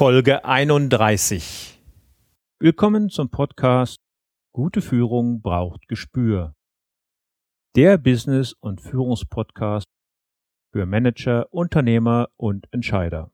Folge 31. Willkommen zum Podcast Gute Führung braucht Gespür. Der Business- und Führungspodcast für Manager, Unternehmer und Entscheider.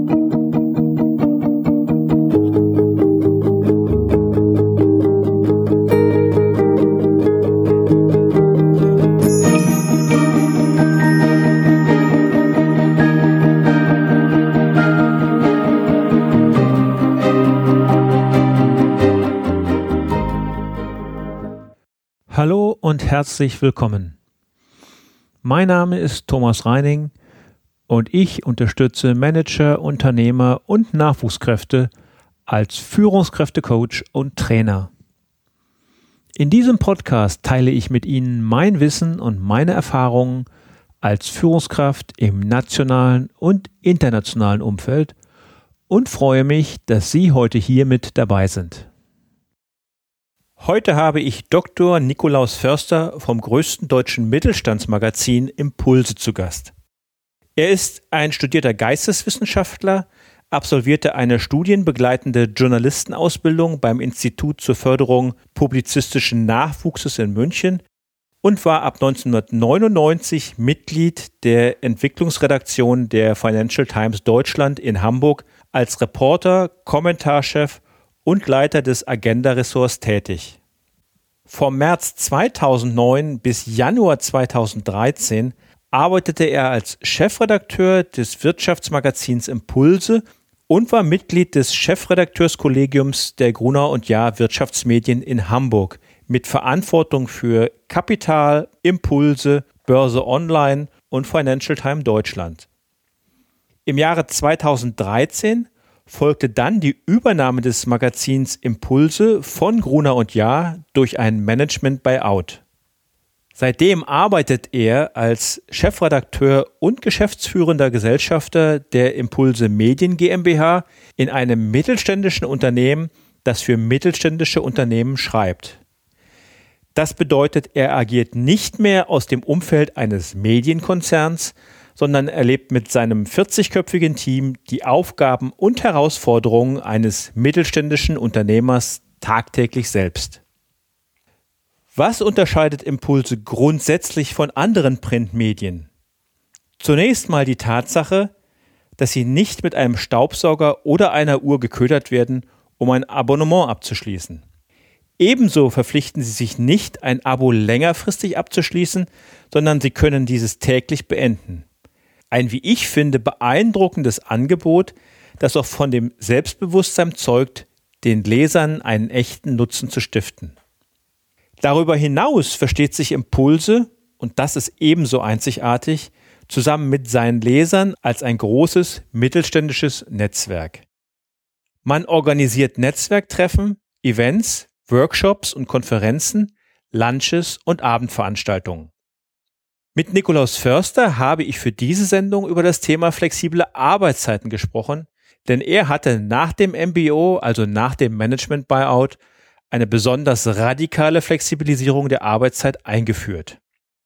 Hallo und herzlich willkommen. Mein Name ist Thomas Reining und ich unterstütze Manager, Unternehmer und Nachwuchskräfte als Führungskräftecoach und Trainer. In diesem Podcast teile ich mit Ihnen mein Wissen und meine Erfahrungen als Führungskraft im nationalen und internationalen Umfeld und freue mich, dass Sie heute hier mit dabei sind. Heute habe ich Dr. Nikolaus Förster vom größten deutschen Mittelstandsmagazin Impulse zu Gast. Er ist ein studierter Geisteswissenschaftler, absolvierte eine studienbegleitende Journalistenausbildung beim Institut zur Förderung publizistischen Nachwuchses in München und war ab 1999 Mitglied der Entwicklungsredaktion der Financial Times Deutschland in Hamburg als Reporter, Kommentarchef und Leiter des Agenda-Ressorts tätig. Vom März 2009 bis Januar 2013 arbeitete er als Chefredakteur des Wirtschaftsmagazins Impulse und war Mitglied des Chefredakteurskollegiums der Gruner + Jahr Wirtschaftsmedien in Hamburg mit Verantwortung für Kapital, Impulse, Börse Online und Financial Times Deutschland. Im Jahre 2013 folgte dann die Übernahme des Magazins Impulse von Gruner + Jahr durch ein Management-Buyout. Seitdem arbeitet er als Chefredakteur und geschäftsführender Gesellschafter der Impulse Medien GmbH in einem mittelständischen Unternehmen, das für mittelständische Unternehmen schreibt. Das bedeutet, er agiert nicht mehr aus dem Umfeld eines Medienkonzerns, sondern erlebt mit seinem 40-köpfigen Team die Aufgaben und Herausforderungen eines mittelständischen Unternehmers tagtäglich selbst. Was unterscheidet Impulse grundsätzlich von anderen Printmedien? Zunächst mal die Tatsache, dass sie nicht mit einem Staubsauger oder einer Uhr geködert werden, um ein Abonnement abzuschließen. Ebenso verpflichten sie sich nicht, ein Abo längerfristig abzuschließen, sondern sie können dieses täglich beenden. Ein, wie ich finde, beeindruckendes Angebot, das auch von dem Selbstbewusstsein zeugt, den Lesern einen echten Nutzen zu stiften. Darüber hinaus versteht sich Impulse, und das ist ebenso einzigartig, zusammen mit seinen Lesern als ein großes mittelständisches Netzwerk. Man organisiert Netzwerktreffen, Events, Workshops und Konferenzen, Lunches und Abendveranstaltungen. Mit Nikolaus Förster habe ich für diese Sendung über das Thema flexible Arbeitszeiten gesprochen, denn er hatte nach dem MBO, also nach dem Management-Buyout, eine besonders radikale Flexibilisierung der Arbeitszeit eingeführt.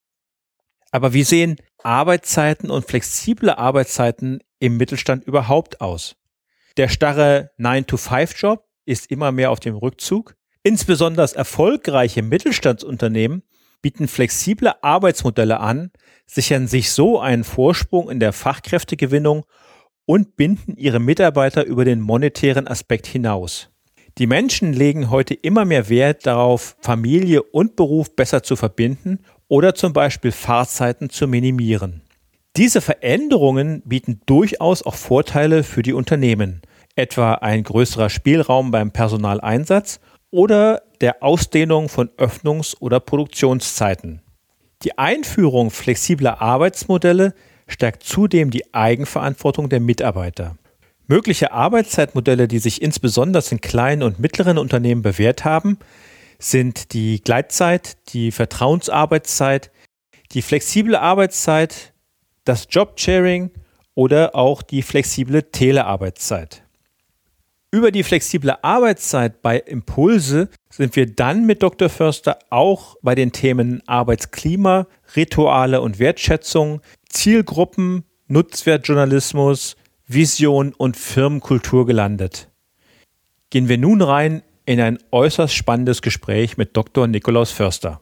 Aber wie sehen Arbeitszeiten und flexible Arbeitszeiten im Mittelstand überhaupt aus? Der starre 9-to-5-Job ist immer mehr auf dem Rückzug. Insbesondere erfolgreiche Mittelstandsunternehmen bieten flexible Arbeitsmodelle an, sichern sich so einen Vorsprung in der Fachkräftegewinnung und binden ihre Mitarbeiter über den monetären Aspekt hinaus. Die Menschen legen heute immer mehr Wert darauf, Familie und Beruf besser zu verbinden oder zum Beispiel Fahrzeiten zu minimieren. Diese Veränderungen bieten durchaus auch Vorteile für die Unternehmen, etwa ein größerer Spielraum beim Personaleinsatz oder der Ausdehnung von Öffnungs- oder Produktionszeiten. Die Einführung flexibler Arbeitsmodelle stärkt zudem die Eigenverantwortung der Mitarbeiter. Mögliche Arbeitszeitmodelle, die sich insbesondere in kleinen und mittleren Unternehmen bewährt haben, sind die Gleitzeit, die Vertrauensarbeitszeit, die flexible Arbeitszeit, das Jobsharing oder auch die flexible Telearbeitszeit. Über die flexible Arbeitszeit bei Impulse sind wir dann mit Dr. Förster auch bei den Themen Arbeitsklima, Rituale und Wertschätzung, Zielgruppen, Nutzwertjournalismus, Vision und Firmenkultur gelandet. Gehen wir nun rein in ein äußerst spannendes Gespräch mit Dr. Nikolaus Förster.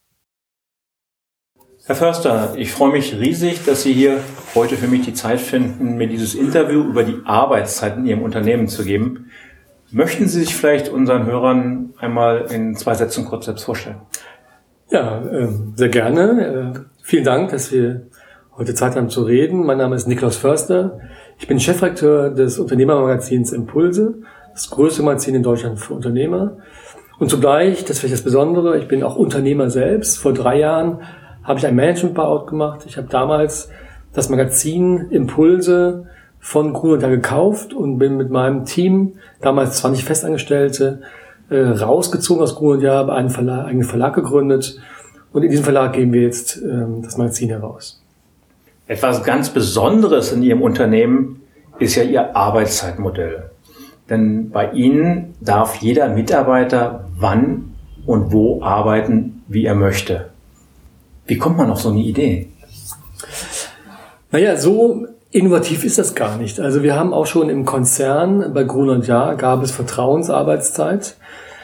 Herr Förster, ich freue mich riesig, dass Sie hier heute für mich die Zeit finden, mir dieses Interview über die Arbeitszeit in Ihrem Unternehmen zu geben. Möchten Sie sich vielleicht unseren Hörern einmal in 2 Sätzen kurz selbst vorstellen? Ja, sehr gerne. Vielen Dank, dass wir heute Zeit haben zu reden. Mein Name ist Nikolaus Förster. Ich bin Chefredakteur des Unternehmermagazins Impulse, das größte Magazin in Deutschland für Unternehmer. Und zugleich, das ist vielleicht das Besondere, ich bin auch Unternehmer selbst. Vor 3 Jahren habe ich ein Management-Buyout gemacht. Ich habe damals das Magazin Impulse von Grun & Jahr gekauft und bin mit meinem Team, damals 20 Festangestellte, rausgezogen aus Grun & Jahr, habe einen eigenen Verlag gegründet. Und in diesem Verlag geben wir jetzt das Magazin heraus. Etwas ganz Besonderes in Ihrem Unternehmen ist ja Ihr Arbeitszeitmodell. Denn bei Ihnen darf jeder Mitarbeiter wann und wo arbeiten, wie er möchte. Wie kommt man auf so eine Idee? Naja, so innovativ ist das gar nicht. Also wir haben auch schon im Konzern, bei Grun & Jahr gab es Vertrauensarbeitszeit.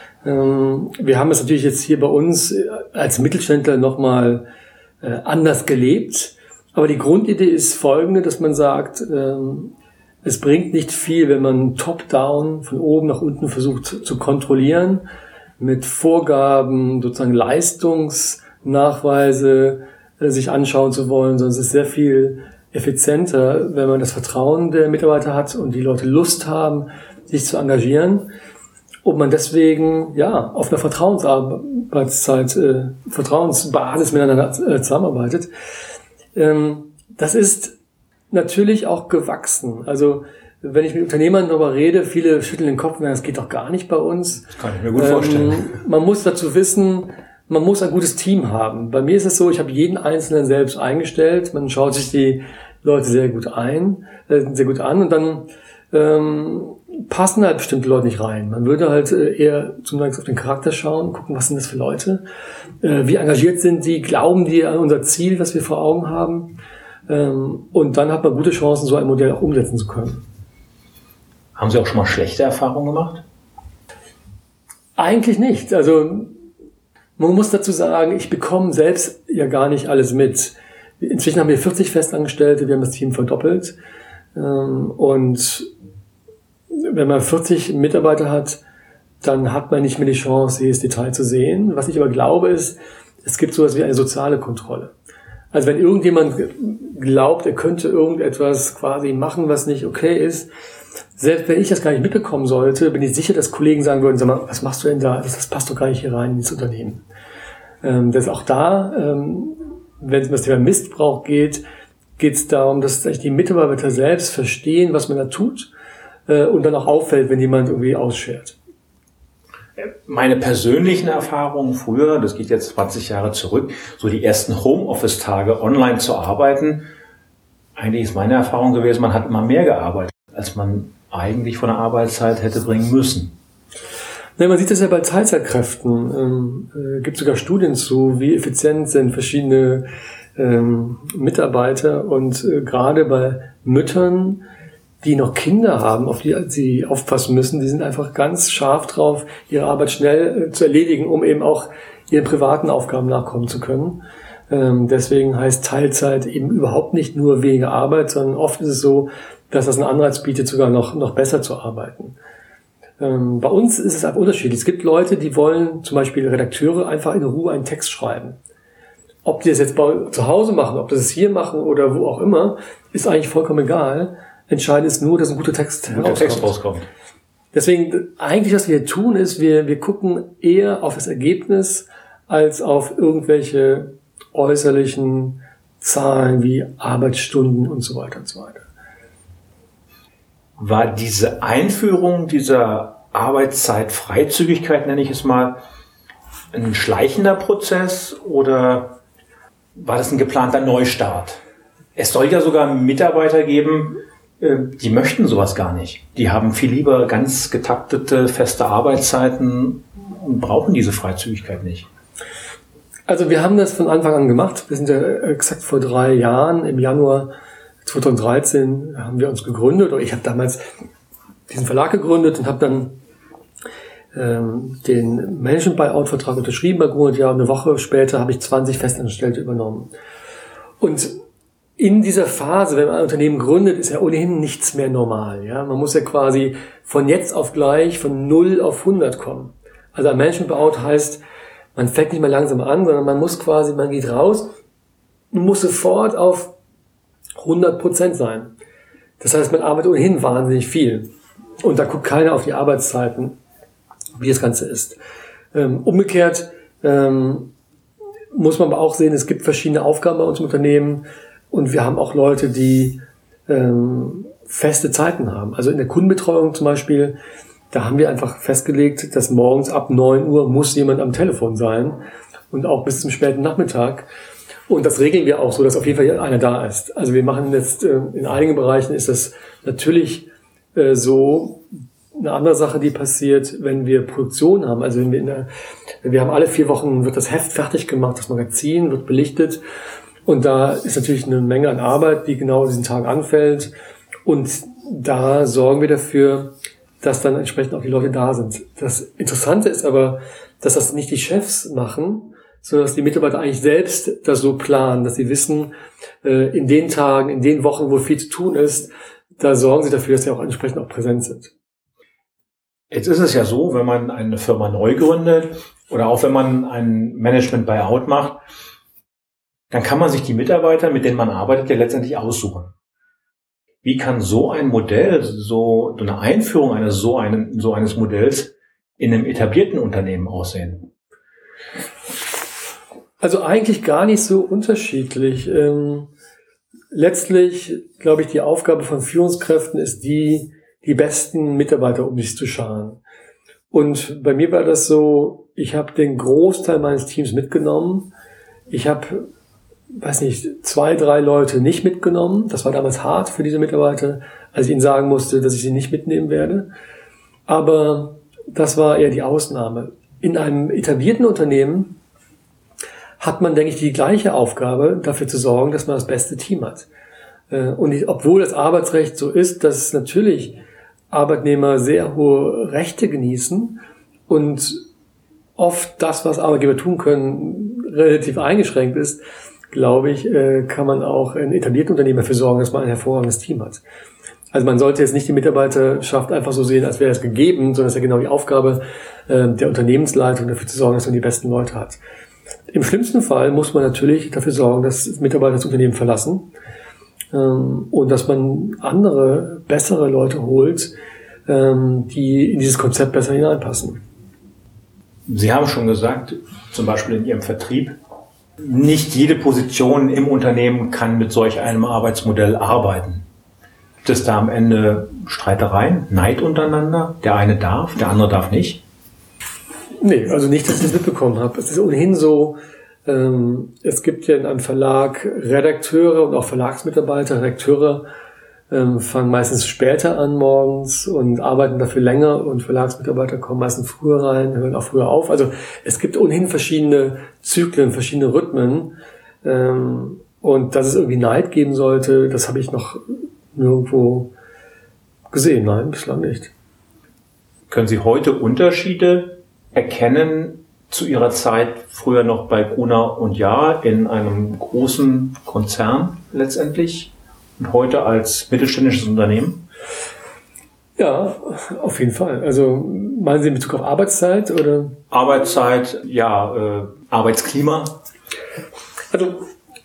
Wir haben es natürlich jetzt hier bei uns als Mittelständler nochmal anders gelebt. Aber die Grundidee ist folgende, dass man sagt, es bringt nicht viel, wenn man top-down von oben nach unten versucht zu kontrollieren, mit Vorgaben, sozusagen Leistungsnachweise sich anschauen zu wollen, sondern es ist sehr viel effizienter, wenn man das Vertrauen der Mitarbeiter hat und die Leute Lust haben, sich zu engagieren, ob man deswegen auf einer Vertrauensarbeitszeit, Vertrauensbasis miteinander zusammenarbeitet. Das ist natürlich auch gewachsen. Also wenn ich mit Unternehmern darüber rede, viele schütteln den Kopf, das geht doch gar nicht bei uns. Das kann ich mir gut vorstellen. Man muss dazu wissen, man muss ein gutes Team haben. Bei mir ist es so, ich habe jeden Einzelnen selbst eingestellt. Man schaut sich die Leute sehr gut an und dann passen halt bestimmte Leute nicht rein. Man würde halt eher zunächst auf den Charakter schauen, gucken, was sind das für Leute, wie engagiert sind die, glauben die an unser Ziel, was wir vor Augen haben, und dann hat man gute Chancen, so ein Modell auch umsetzen zu können. Haben Sie auch schon mal schlechte Erfahrungen gemacht? Eigentlich nicht. Also man muss dazu sagen, ich bekomme selbst ja gar nicht alles mit. Inzwischen haben wir 40 Festangestellte, wir haben das Team verdoppelt, und wenn man 40 Mitarbeiter hat, dann hat man nicht mehr die Chance, jedes Detail zu sehen. Was ich aber glaube ist, es gibt sowas wie eine soziale Kontrolle. Also wenn irgendjemand glaubt, er könnte irgendetwas quasi machen, was nicht okay ist, selbst wenn ich das gar nicht mitbekommen sollte, bin ich sicher, dass Kollegen sagen würden, sag mal, was machst du denn da? Das passt doch gar nicht hier rein in dieses Unternehmen. Das ist auch da, wenn es um das Thema Missbrauch geht es darum, dass die Mitarbeiter selbst verstehen, was man da tut, und dann auch auffällt, wenn jemand irgendwie ausschert. Meine persönlichen Erfahrungen früher, das geht jetzt 20 Jahre zurück, so die ersten Homeoffice-Tage online zu arbeiten, eigentlich ist meine Erfahrung gewesen, man hat immer mehr gearbeitet, als man eigentlich von der Arbeitszeit hätte bringen müssen. Ja, man sieht das ja bei Teilzeitkräften. Gibt sogar Studien zu, wie effizient sind verschiedene Mitarbeiter, und gerade bei Müttern, die noch Kinder haben, auf die sie aufpassen müssen, die sind einfach ganz scharf drauf, ihre Arbeit schnell zu erledigen, um eben auch ihren privaten Aufgaben nachkommen zu können. Deswegen heißt Teilzeit eben überhaupt nicht nur weniger Arbeit, sondern oft ist es so, dass das einen Anreiz bietet, sogar noch besser zu arbeiten. Bei uns ist es einfach unterschiedlich. Es gibt Leute, die wollen, zum Beispiel Redakteure, einfach in Ruhe einen Text schreiben. Ob die das jetzt zu Hause machen, ob das es hier machen oder wo auch immer, ist eigentlich vollkommen egal. Entscheidend ist nur, dass ein guter Text rauskommt. Deswegen, eigentlich, was wir hier tun, ist, wir gucken eher auf das Ergebnis als auf irgendwelche äußerlichen Zahlen wie Arbeitsstunden und so weiter und so weiter. War diese Einführung dieser Arbeitszeitfreizügigkeit, nenne ich es mal, ein schleichender Prozess oder war das ein geplanter Neustart? Es soll ja sogar Mitarbeiter geben, die möchten sowas gar nicht. Die haben viel lieber ganz getaktete, feste Arbeitszeiten und brauchen diese Freizügigkeit nicht. Also wir haben das von Anfang an gemacht. Wir sind ja exakt vor 3 Jahren im Januar 2013 haben wir uns gegründet, oder ich habe damals diesen Verlag gegründet und habe dann den Management-Buyout-Vertrag unterschrieben bei Gruner + Jahr. Eine Woche später habe ich 20 Festangestellte übernommen. Und in dieser Phase, wenn man ein Unternehmen gründet, ist ja ohnehin nichts mehr normal. Ja? Man muss ja quasi von jetzt auf gleich von 0 auf 100 kommen. Also ein Management-Buyout heißt, man fängt nicht mehr langsam an, sondern man muss quasi, man geht raus und muss sofort auf 100% sein. Das heißt, man arbeitet ohnehin wahnsinnig viel. Und da guckt keiner auf die Arbeitszeiten, wie das Ganze ist. Umgekehrt muss man aber auch sehen, es gibt verschiedene Aufgaben bei uns im Unternehmen und wir haben auch Leute, die feste Zeiten haben. Also in der Kundenbetreuung zum Beispiel, da haben wir einfach festgelegt, dass morgens ab 9 Uhr muss jemand am Telefon sein und auch bis zum späten Nachmittag. Und das regeln wir auch so, dass auf jeden Fall einer da ist. Also wir machen jetzt, in einigen Bereichen ist das natürlich so. Eine andere Sache, die passiert, wenn wir Produktion haben, also wenn wir haben alle 4 Wochen, wird das Heft fertig gemacht, das Magazin wird belichtet und da ist natürlich eine Menge an Arbeit, die genau diesen Tag anfällt und da sorgen wir dafür, dass dann entsprechend auch die Leute da sind. Das Interessante ist aber, dass das nicht die Chefs machen, sondern dass die Mitarbeiter eigentlich selbst das so planen, dass sie wissen, in den Tagen, in den Wochen, wo viel zu tun ist, da sorgen sie dafür, dass sie auch entsprechend auch präsent sind. Jetzt ist es ja so, wenn man eine Firma neu gründet oder auch wenn man ein Management-Buyout macht, dann kann man sich die Mitarbeiter, mit denen man arbeitet, ja letztendlich aussuchen. Wie kann so ein Modell, so eine Einführung eines Modells in einem etablierten Unternehmen aussehen? Also eigentlich gar nicht so unterschiedlich. Letztlich, glaube ich, die Aufgabe von Führungskräften ist die besten Mitarbeiter um sich zu scharen. Und bei mir war das so, ich habe den Großteil meines Teams mitgenommen. Ich habe, 2, 3 Leute nicht mitgenommen. Das war damals hart für diese Mitarbeiter, als ich ihnen sagen musste, dass ich sie nicht mitnehmen werde. Aber das war eher die Ausnahme. In einem etablierten Unternehmen hat man, denke ich, die gleiche Aufgabe, dafür zu sorgen, dass man das beste Team hat. Und obwohl das Arbeitsrecht so ist, dass natürlich Arbeitnehmer sehr hohe Rechte genießen und oft das, was Arbeitgeber tun können, relativ eingeschränkt ist, glaube ich, kann man auch in etablierten Unternehmen dafür sorgen, dass man ein hervorragendes Team hat. Also man sollte jetzt nicht die Mitarbeiterschaft einfach so sehen, als wäre es gegeben, sondern es ist ja genau die Aufgabe der Unternehmensleitung, dafür zu sorgen, dass man die besten Leute hat. Im schlimmsten Fall muss man natürlich dafür sorgen, dass Mitarbeiter das Unternehmen verlassen und dass man andere, bessere Leute holt, die in dieses Konzept besser hineinpassen. Sie haben schon gesagt, zum Beispiel in Ihrem Vertrieb, nicht jede Position im Unternehmen kann mit solch einem Arbeitsmodell arbeiten. Gibt es da am Ende Streitereien, Neid untereinander? Der eine darf, der andere darf nicht? Nee, also nicht, dass ich das mitbekommen habe. Es ist ohnehin so, es gibt ja in einem Verlag Redakteure und auch Verlagsmitarbeiter. Redakteure fangen meistens später an morgens und arbeiten dafür länger und Verlagsmitarbeiter kommen meistens früher rein, hören auch früher auf. Also es gibt ohnehin verschiedene Zyklen, verschiedene Rhythmen und dass es irgendwie Neid geben sollte, das habe ich noch nirgendwo gesehen. Nein, bislang nicht. Können Sie heute Unterschiede erkennen zu Ihrer Zeit früher noch bei Gruner + Jahr in einem großen Konzern letztendlich und heute als mittelständisches Unternehmen? Ja, auf jeden Fall. Also meinen Sie in Bezug auf Arbeitszeit oder? Arbeitszeit, ja, Arbeitsklima. Also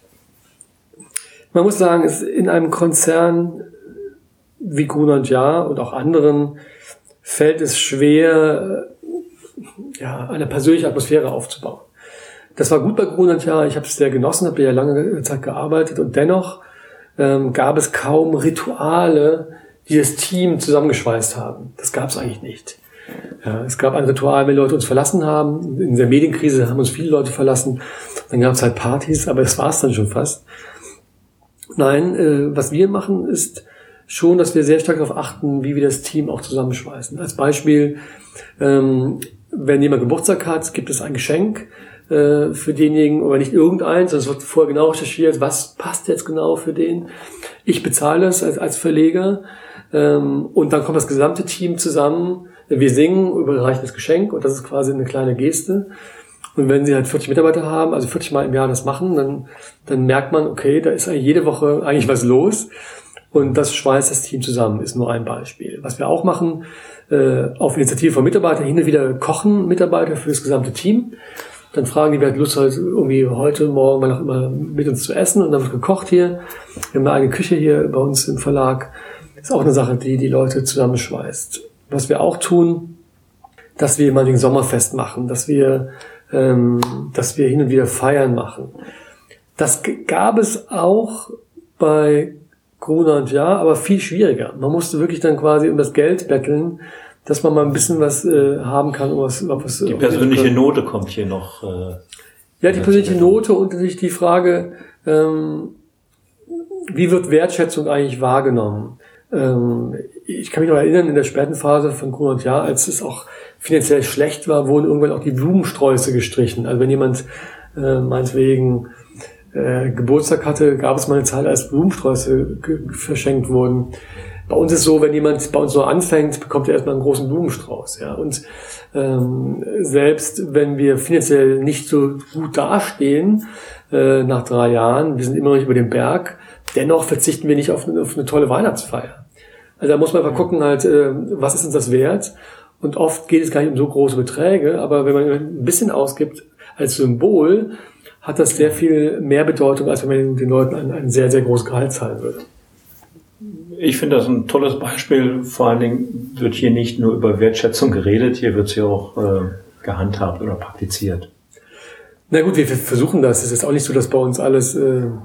man muss sagen, in einem Konzern wie Gruner + Jahr und auch anderen fällt es schwer, eine persönliche Atmosphäre aufzubauen. Das war gut bei Gruner + Jahr, ich habe es sehr genossen, habe ja lange Zeit gearbeitet und dennoch gab es kaum Rituale, die das Team zusammengeschweißt haben. Das gab es eigentlich nicht. Ja, es gab ein Ritual, wenn Leute uns verlassen haben. In der Medienkrise haben uns viele Leute verlassen. Dann gab es halt Partys, aber das war es dann schon fast. Nein, was wir machen, ist schon, dass wir sehr stark darauf achten, wie wir das Team auch zusammenschweißen. Als Beispiel, wenn jemand Geburtstag hat, gibt es ein Geschenk, für denjenigen, aber nicht irgendeins, sondern es wird vorher genau recherchiert, was passt jetzt genau für den. Ich bezahle es als Verleger und dann kommt das gesamte Team zusammen. Wir singen, überreichen das Geschenk und das ist quasi eine kleine Geste. Und wenn Sie halt 40 Mitarbeiter haben, also 40 Mal im Jahr das machen, dann merkt man, okay, da ist eigentlich jede Woche eigentlich was los. Und das schweißt das Team zusammen, ist nur ein Beispiel. Was wir auch machen, auf Initiative von Mitarbeitern, hin und wieder kochen Mitarbeiter für das gesamte Team. Dann fragen die, wer hat Lust, halt irgendwie heute, morgen, wann auch immer mit uns zu essen. Und dann wird gekocht hier. Wir haben eine eigene Küche hier bei uns im Verlag. Das ist auch eine Sache, die die Leute zusammenschweißt. Was wir auch tun, dass wir mal ein Sommerfest machen, dass wir hin und wieder Feiern machen. Das gab es auch bei Gruner + Jahr, aber viel schwieriger. Man musste wirklich dann quasi um das Geld betteln, dass man mal ein bisschen was haben kann. Die persönliche Note kommt hier noch. Ja, die persönliche Note und natürlich die Frage, wie wird Wertschätzung eigentlich wahrgenommen? Ich kann mich noch erinnern, in der späten Phase von Gruner + Jahr, als es auch finanziell schlecht war, wurden irgendwann auch die Blumensträuße gestrichen. Also wenn jemand meinetwegen Geburtstag hatte, gab es mal eine Zeit, als Blumensträuße verschenkt wurden. Bei uns ist es so, wenn jemand bei uns so anfängt, bekommt er erstmal einen großen Blumenstrauß. Ja. Und selbst wenn wir finanziell nicht so gut dastehen, nach 3 Jahren, wir sind immer noch nicht über dem Berg, dennoch verzichten wir nicht auf eine tolle Weihnachtsfeier. Also da muss man einfach gucken, halt, was ist uns das wert? Und oft geht es gar nicht um so große Beträge, aber wenn man ein bisschen ausgibt als Symbol, hat das sehr viel mehr Bedeutung, als wenn man den Leuten ein sehr, sehr großes Gehalt zahlen würde. Ich finde das ein tolles Beispiel. Vor allen Dingen wird hier nicht nur über Wertschätzung geredet, hier wird sie auch gehandhabt oder praktiziert. Na gut, wir versuchen das. Es ist jetzt auch nicht so, dass bei uns alles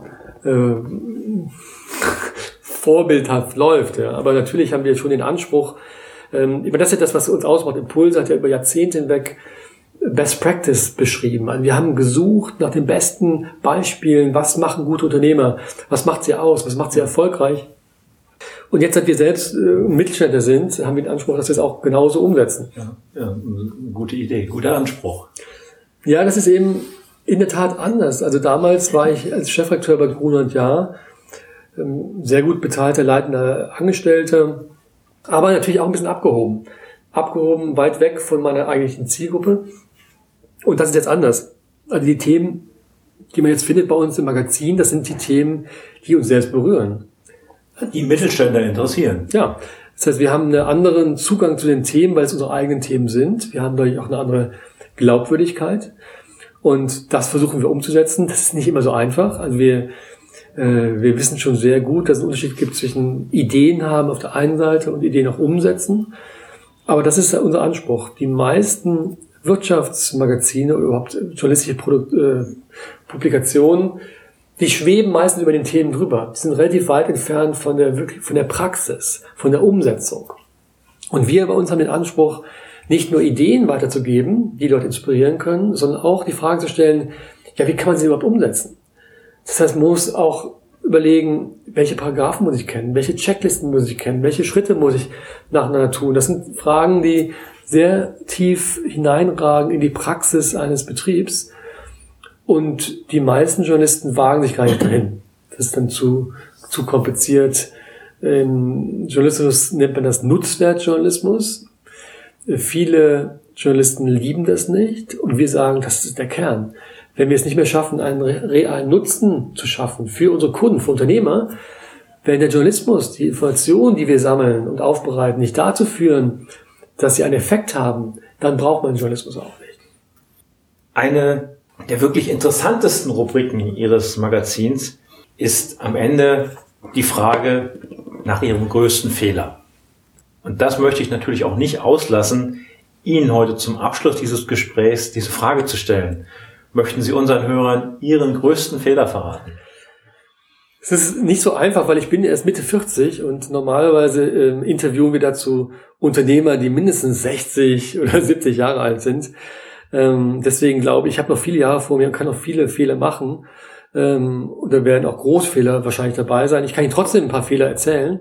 vorbildhaft läuft. Ja. Aber natürlich haben wir schon den Anspruch, das ist ja das, was uns ausmacht. Impulse hat ja über Jahrzehnte hinweg Best Practice beschrieben. Also wir haben gesucht nach den besten Beispielen, was machen gute Unternehmer, was macht sie aus, was macht sie erfolgreich. Und jetzt, seit wir selbst Mittelständler sind, haben wir den Anspruch, dass wir es auch genauso umsetzen. Ja, eine gute Idee, guter Anspruch. Ja, das ist eben in der Tat anders. Also damals war ich als Chefredakteur bei Gruner + Jahr, sehr gut bezahlter, leitender Angestellter, aber natürlich auch ein bisschen abgehoben. Abgehoben, weit weg von meiner eigentlichen Zielgruppe. Und das ist jetzt anders. Also die Themen, die man jetzt findet bei uns im Magazin, das sind die Themen, die uns selbst berühren. Die Mittelständler interessieren. Ja, das heißt, wir haben einen anderen Zugang zu den Themen, weil es unsere eigenen Themen sind. Wir haben dadurch auch eine andere Glaubwürdigkeit. Und das versuchen wir umzusetzen. Das ist nicht immer so einfach. Also wir wissen schon sehr gut, dass es einen Unterschied gibt zwischen Ideen haben auf der einen Seite und Ideen auch umsetzen. Aber das ist unser Anspruch. Die meisten Wirtschaftsmagazine oder überhaupt journalistische Publikationen, die schweben meistens über den Themen drüber. Die sind relativ weit entfernt von der Praxis, von der Umsetzung. Und wir bei uns haben den Anspruch, nicht nur Ideen weiterzugeben, die Leute inspirieren können, sondern auch die Frage zu stellen, ja, wie kann man sie überhaupt umsetzen? Das heißt, man muss auch überlegen, welche Paragraphen muss ich kennen, welche Checklisten muss ich kennen, welche Schritte muss ich nacheinander tun. Das sind Fragen, die sehr tief hineinragen in die Praxis eines Betriebs. Und die meisten Journalisten wagen sich gar nicht dahin. Das ist dann zu kompliziert. Im Journalismus nennt man das Nutzwertjournalismus. Viele Journalisten lieben das nicht und wir sagen, das ist der Kern. Wenn wir es nicht mehr schaffen, einen realen Nutzen zu schaffen für unsere Kunden, für Unternehmer, wenn der Journalismus, die Informationen, die wir sammeln und aufbereiten, nicht dazu führen, dass sie einen Effekt haben, dann braucht man den Journalismus auch nicht. Eine der wirklich interessantesten Rubriken Ihres Magazins ist am Ende die Frage nach Ihrem größten Fehler. Und das möchte ich natürlich auch nicht auslassen, Ihnen heute zum Abschluss dieses Gesprächs diese Frage zu stellen. Möchten Sie unseren Hörern Ihren größten Fehler verraten? Es ist nicht so einfach, weil ich bin erst Mitte 40 und normalerweise interviewen wir dazu Unternehmer, die mindestens 60 oder 70 Jahre alt sind. Deswegen glaube ich, ich habe noch viele Jahre vor mir und kann noch viele Fehler machen. Und da werden auch Großfehler wahrscheinlich dabei sein. Ich kann Ihnen trotzdem ein paar Fehler erzählen.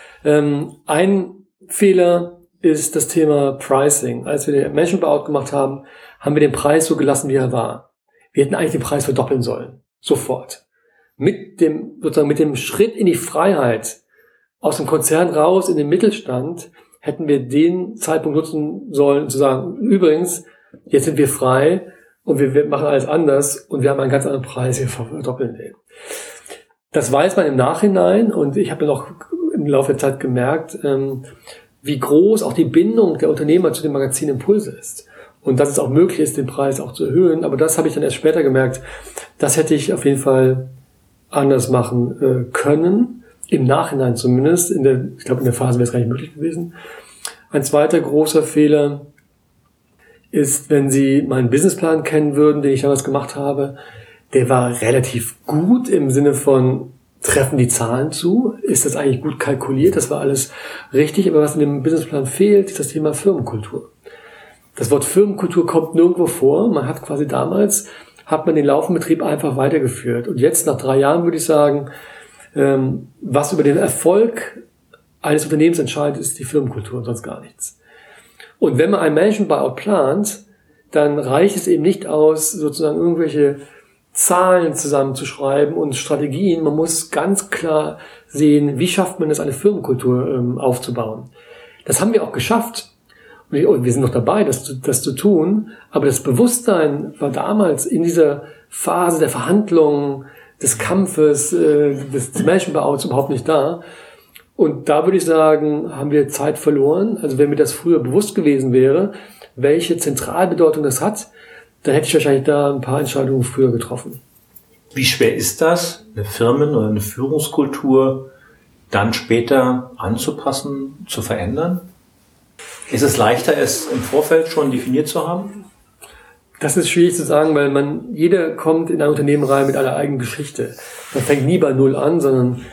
Ein Fehler ist das Thema Pricing. Als wir den Managementbuyout gemacht haben, haben wir den Preis so gelassen, wie er war. wir hätten eigentlich den Preis verdoppeln sollen. Sofort. Mit dem Schritt in die Freiheit, aus dem Konzern raus in den Mittelstand, hätten wir den Zeitpunkt nutzen sollen, zu sagen, übrigens, jetzt sind wir frei und wir machen alles anders und wir haben einen ganz anderen Preis, wir verdoppeln den. Das weiß man im Nachhinein und ich habe dann auch im Laufe der Zeit gemerkt, wie groß auch die Bindung der Unternehmer zu dem Magazin Impulse ist. Und dass es auch möglich ist, den Preis auch zu erhöhen. Aber das habe ich dann erst später gemerkt. Das hätte ich auf jeden Fall anders machen können. Im Nachhinein zumindest. Ich glaube, in der Phase wäre es gar nicht möglich gewesen. Ein zweiter großer Fehler ist, wenn Sie meinen Businessplan kennen würden, den ich damals gemacht habe. Der war relativ gut im Sinne von, treffen die Zahlen zu? Ist das eigentlich gut kalkuliert? Das war alles richtig. Aber was in dem Businessplan fehlt, ist das Thema Firmenkultur. Das Wort Firmenkultur kommt nirgendwo vor. Man hat quasi damals, hat man den laufenden Betrieb einfach weitergeführt. Und jetzt, nach 3 Jahren, würde ich sagen, was über den Erfolg eines Unternehmens entscheidet, ist die Firmenkultur und sonst gar nichts. Und wenn man einen Management-Buyout plant, dann reicht es eben nicht aus, sozusagen irgendwelche Zahlen zusammenzuschreiben und Strategien. Man muss ganz klar sehen, wie schafft man es, eine Firmenkultur aufzubauen. Das haben wir auch geschafft. Und wir sind noch dabei, das zu tun. Aber das Bewusstsein war damals in dieser Phase der Verhandlungen, des Kampfes, des Management-Buyouts überhaupt nicht da. Und da würde ich sagen, haben wir Zeit verloren. Also wenn mir das früher bewusst gewesen wäre, welche Zentralbedeutung das hat, dann hätte ich wahrscheinlich da ein paar Entscheidungen früher getroffen. Wie schwer ist das, eine Firmen- oder eine Führungskultur dann später anzupassen, zu verändern? Ist es leichter, es im Vorfeld schon definiert zu haben? Das ist schwierig zu sagen, weil jeder kommt in ein Unternehmen rein mit einer eigenen Geschichte. Man fängt nie bei Null an, sondern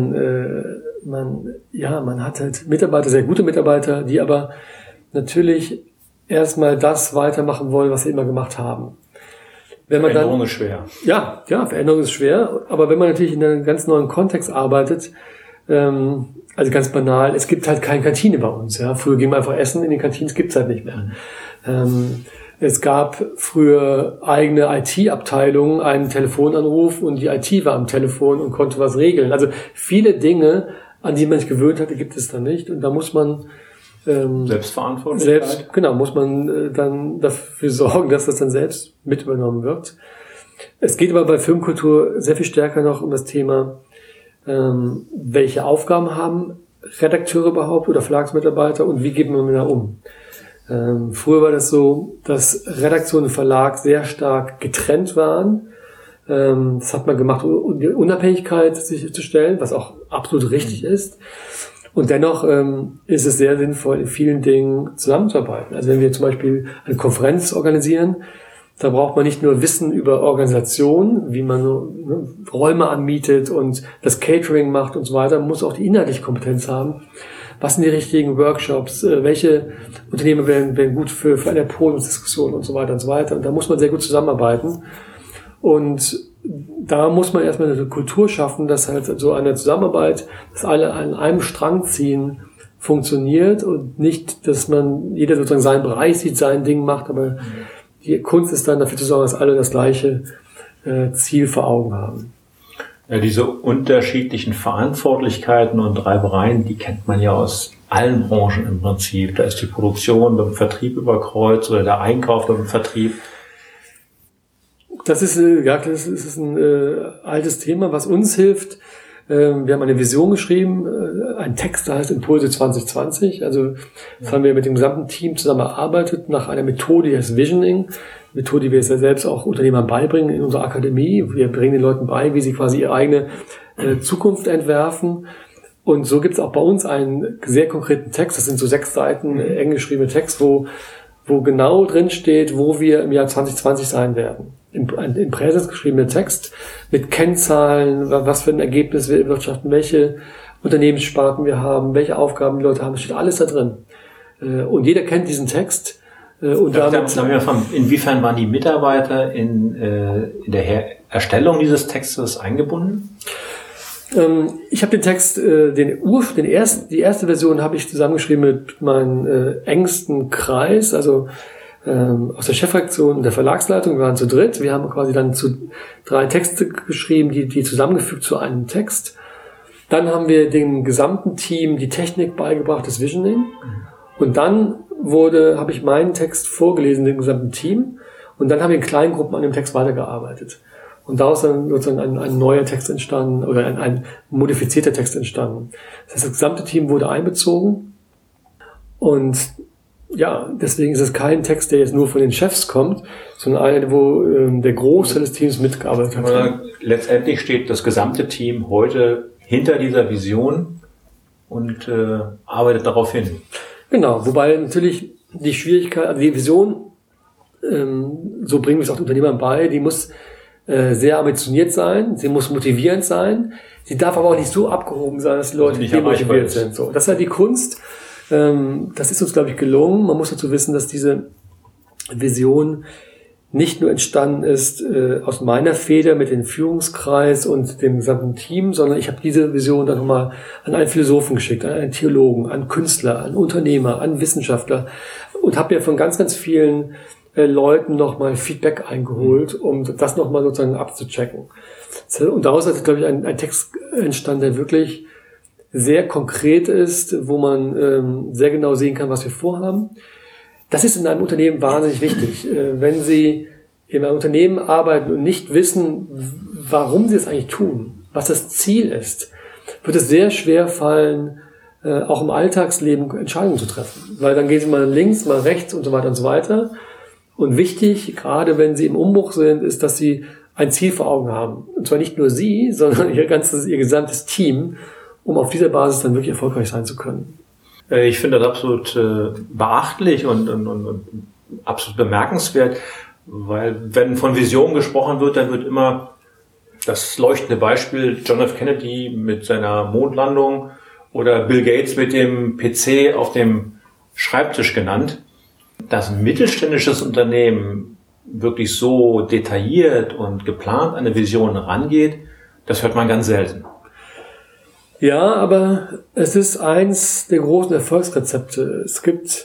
man hat halt Mitarbeiter, sehr gute Mitarbeiter, die aber natürlich erstmal das weitermachen wollen, was sie immer gemacht haben. Veränderung ist schwer. Ja, Veränderung ist schwer. Aber wenn man natürlich in einem ganz neuen Kontext arbeitet, also ganz banal, es gibt halt keine Kantine bei uns. Ja. Früher ging man einfach essen, in den Kantinen, es gibt's halt nicht mehr. Es gab früher eigene IT-Abteilungen, einen Telefonanruf und die IT war am Telefon und konnte was regeln. Also viele Dinge, an die man sich gewöhnt hatte, gibt es da nicht. Und da muss man Selbstverantwortlichkeit. Muss man dann dafür sorgen, dass das dann selbst mit übernommen wird. Es geht aber bei Firmenkultur sehr viel stärker noch um das Thema, welche Aufgaben haben Redakteure überhaupt oder Verlagsmitarbeiter und wie geht man damit um? Früher war das so, dass Redaktion und Verlag sehr stark getrennt waren. Das hat man gemacht, um die Unabhängigkeit sicherzustellen, was auch absolut richtig ist. Und dennoch ist es sehr sinnvoll, in vielen Dingen zusammenzuarbeiten. Also wenn wir zum Beispiel eine Konferenz organisieren, da braucht man nicht nur Wissen über Organisation, wie man Räume anmietet und das Catering macht und so weiter, man muss auch die inhaltliche Kompetenz haben. Was sind die richtigen Workshops? Welche Unternehmen wären gut für eine Podiumsdiskussion und so weiter und so weiter. Und da muss man sehr gut zusammenarbeiten. Und da muss man erstmal eine Kultur schaffen, dass halt so eine Zusammenarbeit, dass alle an einem Strang ziehen, funktioniert und nicht, dass jeder sozusagen seinen Bereich sieht, sein Ding macht, aber die Kunst ist dann dafür zu sorgen, dass alle das gleiche Ziel vor Augen haben. Ja, diese unterschiedlichen Verantwortlichkeiten und Reibereien, die kennt man ja aus allen Branchen im Prinzip. Da ist die Produktion beim Vertrieb über Kreuz oder der Einkauf beim Vertrieb. Das ist ein altes Thema, was uns hilft. Wir haben eine Vision geschrieben, ein Text, der heißt Impulse 2020. Also das haben wir mit dem gesamten Team zusammen erarbeitet nach einer Methode, die heißt Visioning. Methode, die wir jetzt ja selbst auch Unternehmern beibringen in unserer Akademie. Wir bringen den Leuten bei, wie sie quasi ihre eigene Zukunft entwerfen. Und so gibt es auch bei uns einen sehr konkreten Text. Das sind so 6 Seiten eng geschriebene Text, wo genau drin steht, wo wir im Jahr 2020 sein werden. Im Präsens geschriebener Text mit Kennzahlen, was für ein Ergebnis wir erwirtschaften, welche Unternehmenssparten wir haben, welche Aufgaben die Leute haben, das steht alles da drin. Und jeder kennt diesen Text. Und inwiefern waren die Mitarbeiter in der Erstellung dieses Textes eingebunden? Ich habe den Text, die erste Version habe ich zusammengeschrieben mit meinem engsten Kreis, also aus der Chefredaktion und der Verlagsleitung. Wir waren zu dritt. Wir haben quasi dann 3 Texte geschrieben, die zusammengefügt zu einem Text. Dann haben wir dem gesamten Team die Technik beigebracht, das Visioning. Und dann habe ich meinen Text vorgelesen dem gesamten Team. Und dann haben wir in kleinen Gruppen an dem Text weitergearbeitet. Und daraus dann sozusagen ein neuer Text entstanden oder ein modifizierter Text entstanden. Das heißt, das gesamte Team wurde einbezogen. Und ja, deswegen ist es kein Text, der jetzt nur von den Chefs kommt, sondern einer, wo der Großteil des Teams mitgearbeitet hat. Aber letztendlich steht das gesamte Team heute hinter dieser Vision und arbeitet darauf hin. Genau, wobei natürlich die Schwierigkeit, also die Vision, so bringen wir es auch den Unternehmern bei, die muss sehr ambitioniert sein, sie muss motivierend sein, sie darf aber auch nicht so abgehoben sein, dass die Leute nicht demotiviert sind. So, das ist halt die Kunst. Das ist uns, glaube ich, gelungen. Man muss dazu wissen, dass diese Vision nicht nur entstanden ist aus meiner Feder mit dem Führungskreis und dem gesamten Team, sondern ich habe diese Vision dann nochmal an einen Philosophen geschickt, an einen Theologen, an Künstler, an Unternehmer, an Wissenschaftler und habe mir von ganz, ganz vielen Leuten nochmal Feedback eingeholt, um das nochmal sozusagen abzuchecken. Und daraus ist, glaube ich, ein Text entstanden, der wirklich sehr konkret ist, wo man sehr genau sehen kann, was wir vorhaben. Das ist in einem Unternehmen wahnsinnig wichtig. Wenn Sie in einem Unternehmen arbeiten und nicht wissen, warum Sie es eigentlich tun, was das Ziel ist, wird es sehr schwer fallen, auch im Alltagsleben Entscheidungen zu treffen. Weil dann gehen Sie mal links, mal rechts und so weiter und so weiter. Und wichtig, gerade wenn Sie im Umbruch sind, ist, dass Sie ein Ziel vor Augen haben. Und zwar nicht nur Sie, sondern Ihr gesamtes Team, um auf dieser Basis dann wirklich erfolgreich sein zu können. Ich finde das absolut beachtlich und absolut bemerkenswert, weil wenn von Vision gesprochen wird, dann wird immer das leuchtende Beispiel John F. Kennedy mit seiner Mondlandung oder Bill Gates mit dem PC auf dem Schreibtisch genannt. Dass ein mittelständisches Unternehmen wirklich so detailliert und geplant an eine Vision rangeht, das hört man ganz selten. Ja, aber es ist eins der großen Erfolgsrezepte. Es gibt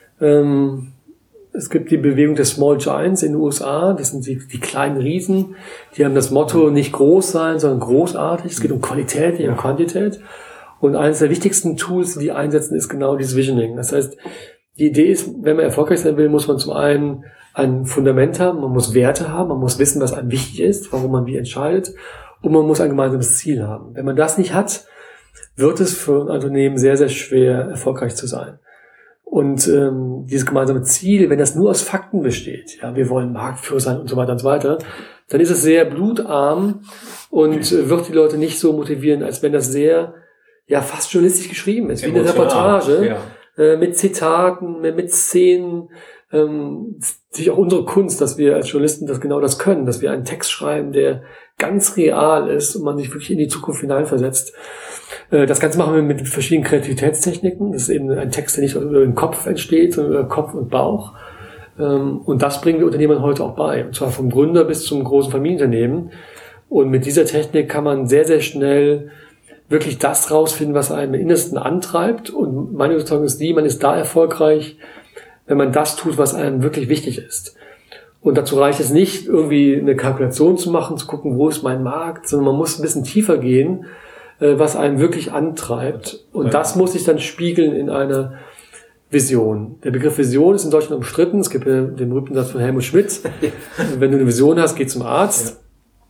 die Bewegung der Small Giants in den USA. Das sind die kleinen Riesen. Die haben das Motto, nicht groß sein, sondern großartig. Es geht um Qualität, nicht um Quantität. Und eines der wichtigsten Tools, die einsetzen, ist genau dieses Visioning. Das heißt, die Idee ist, wenn man erfolgreich sein will, muss man zum einen ein Fundament haben, man muss Werte haben, man muss wissen, was einem wichtig ist, warum man wie entscheidet, und man muss ein gemeinsames Ziel haben. Wenn man das nicht hat, wird es für ein Unternehmen sehr, sehr schwer, erfolgreich zu sein. Und dieses gemeinsame Ziel, wenn das nur aus Fakten besteht, ja, wir wollen Marktführer sein und so weiter und so weiter, dann ist es sehr blutarm und wird die Leute nicht so motivieren, als wenn das sehr, ja, fast journalistisch geschrieben ist, wie eine Reportage, mit Zitaten, mit Szenen, sich auch unsere Kunst, dass wir als Journalisten das können, dass wir einen Text schreiben, der ganz real ist und man sich wirklich in die Zukunft hineinversetzt. Das Ganze machen wir mit verschiedenen Kreativitätstechniken. Das ist eben ein Text, der nicht über den Kopf entsteht, sondern über Kopf und Bauch. Und das bringen wir Unternehmern heute auch bei. Und zwar vom Gründer bis zum großen Familienunternehmen. Und mit dieser Technik kann man sehr, sehr schnell wirklich das rausfinden, was einem im Innersten antreibt. Und meine Überzeugung ist man ist da erfolgreich, wenn man das tut, was einem wirklich wichtig ist. Und dazu reicht es nicht, irgendwie eine Kalkulation zu machen, zu gucken, wo ist mein Markt, sondern man muss ein bisschen tiefer gehen, was einen wirklich antreibt. Und das muss sich dann spiegeln in einer Vision. Der Begriff Vision ist in Deutschland umstritten. Es gibt ja den berühmten Satz von Helmut Schmidt. Wenn du eine Vision hast, geh zum Arzt.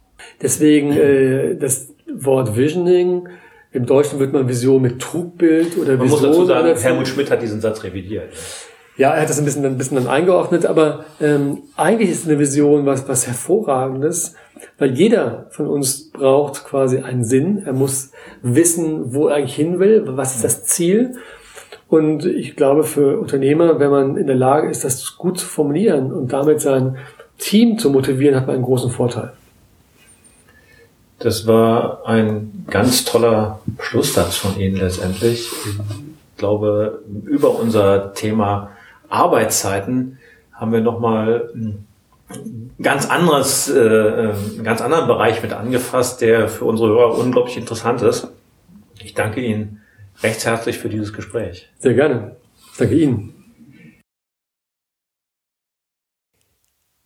Deswegen das Wort Visioning. Im Deutschen wird man Vision mit Trugbild oder Vision. Man muss dazu sagen, Helmut Schmidt hat diesen Satz revidiert. Ja, er hat das ein bisschen dann eingeordnet, aber eigentlich ist eine Vision was Hervorragendes, weil jeder von uns braucht quasi einen Sinn. Er muss wissen, wo er eigentlich hin will, was ist das Ziel. Und ich glaube, für Unternehmer, wenn man in der Lage ist, das gut zu formulieren und damit sein Team zu motivieren, hat man einen großen Vorteil. Das war ein ganz toller Schlusssatz von Ihnen letztendlich. Ich glaube, über unser Thema Arbeitszeiten haben wir nochmal einen ganz anderen Bereich mit angefasst, der für unsere Hörer unglaublich interessant ist. Ich danke Ihnen recht herzlich für dieses Gespräch. Sehr gerne. Danke Ihnen.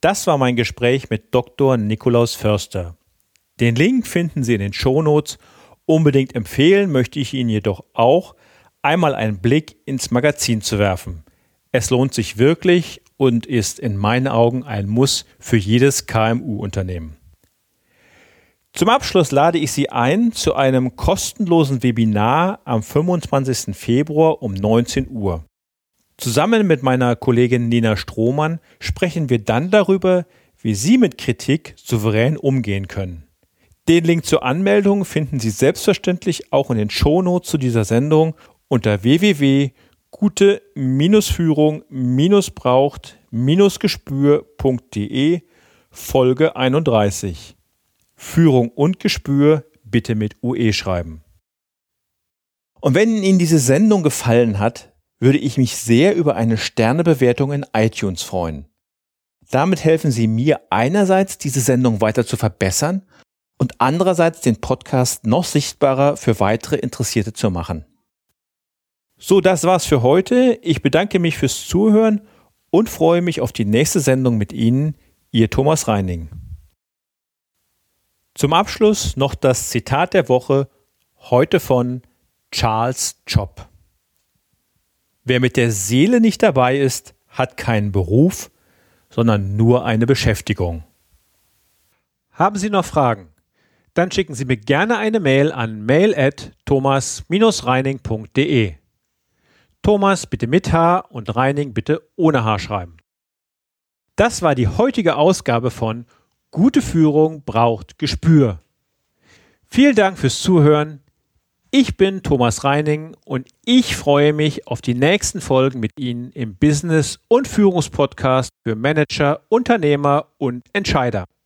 Das war mein Gespräch mit Dr. Nikolaus Förster. Den Link finden Sie in den Shownotes. Unbedingt empfehlen möchte ich Ihnen jedoch auch, einmal einen Blick ins Magazin zu werfen. Es lohnt sich wirklich und ist in meinen Augen ein Muss für jedes KMU-Unternehmen. Zum Abschluss lade ich Sie ein zu einem kostenlosen Webinar am 25. Februar um 19 Uhr. Zusammen mit meiner Kollegin Nina Strohmann sprechen wir dann darüber, wie Sie mit Kritik souverän umgehen können. Den Link zur Anmeldung finden Sie selbstverständlich auch in den Shownotes zu dieser Sendung unter www.gute-führung-braucht-gespür.de Folge 31. Führung und Gespür bitte mit UE schreiben. Und wenn Ihnen diese Sendung gefallen hat, würde ich mich sehr über eine Sternebewertung in iTunes freuen. Damit helfen Sie mir einerseits, diese Sendung weiter zu verbessern und andererseits den Podcast noch sichtbarer für weitere Interessierte zu machen. So, das war's für heute. Ich bedanke mich fürs Zuhören und freue mich auf die nächste Sendung mit Ihnen, Ihr Thomas Reining. Zum Abschluss noch das Zitat der Woche, heute von Charles Job. Wer mit der Seele nicht dabei ist, hat keinen Beruf, sondern nur eine Beschäftigung. Haben Sie noch Fragen? Dann schicken Sie mir gerne eine Mail an mail@thomas-reining.de. Thomas bitte mit H und Reining bitte ohne H schreiben. Das war die heutige Ausgabe von Gute Führung braucht Gespür. Vielen Dank fürs Zuhören. Ich bin Thomas Reining und ich freue mich auf die nächsten Folgen mit Ihnen im Business- und Führungspodcast für Manager, Unternehmer und Entscheider.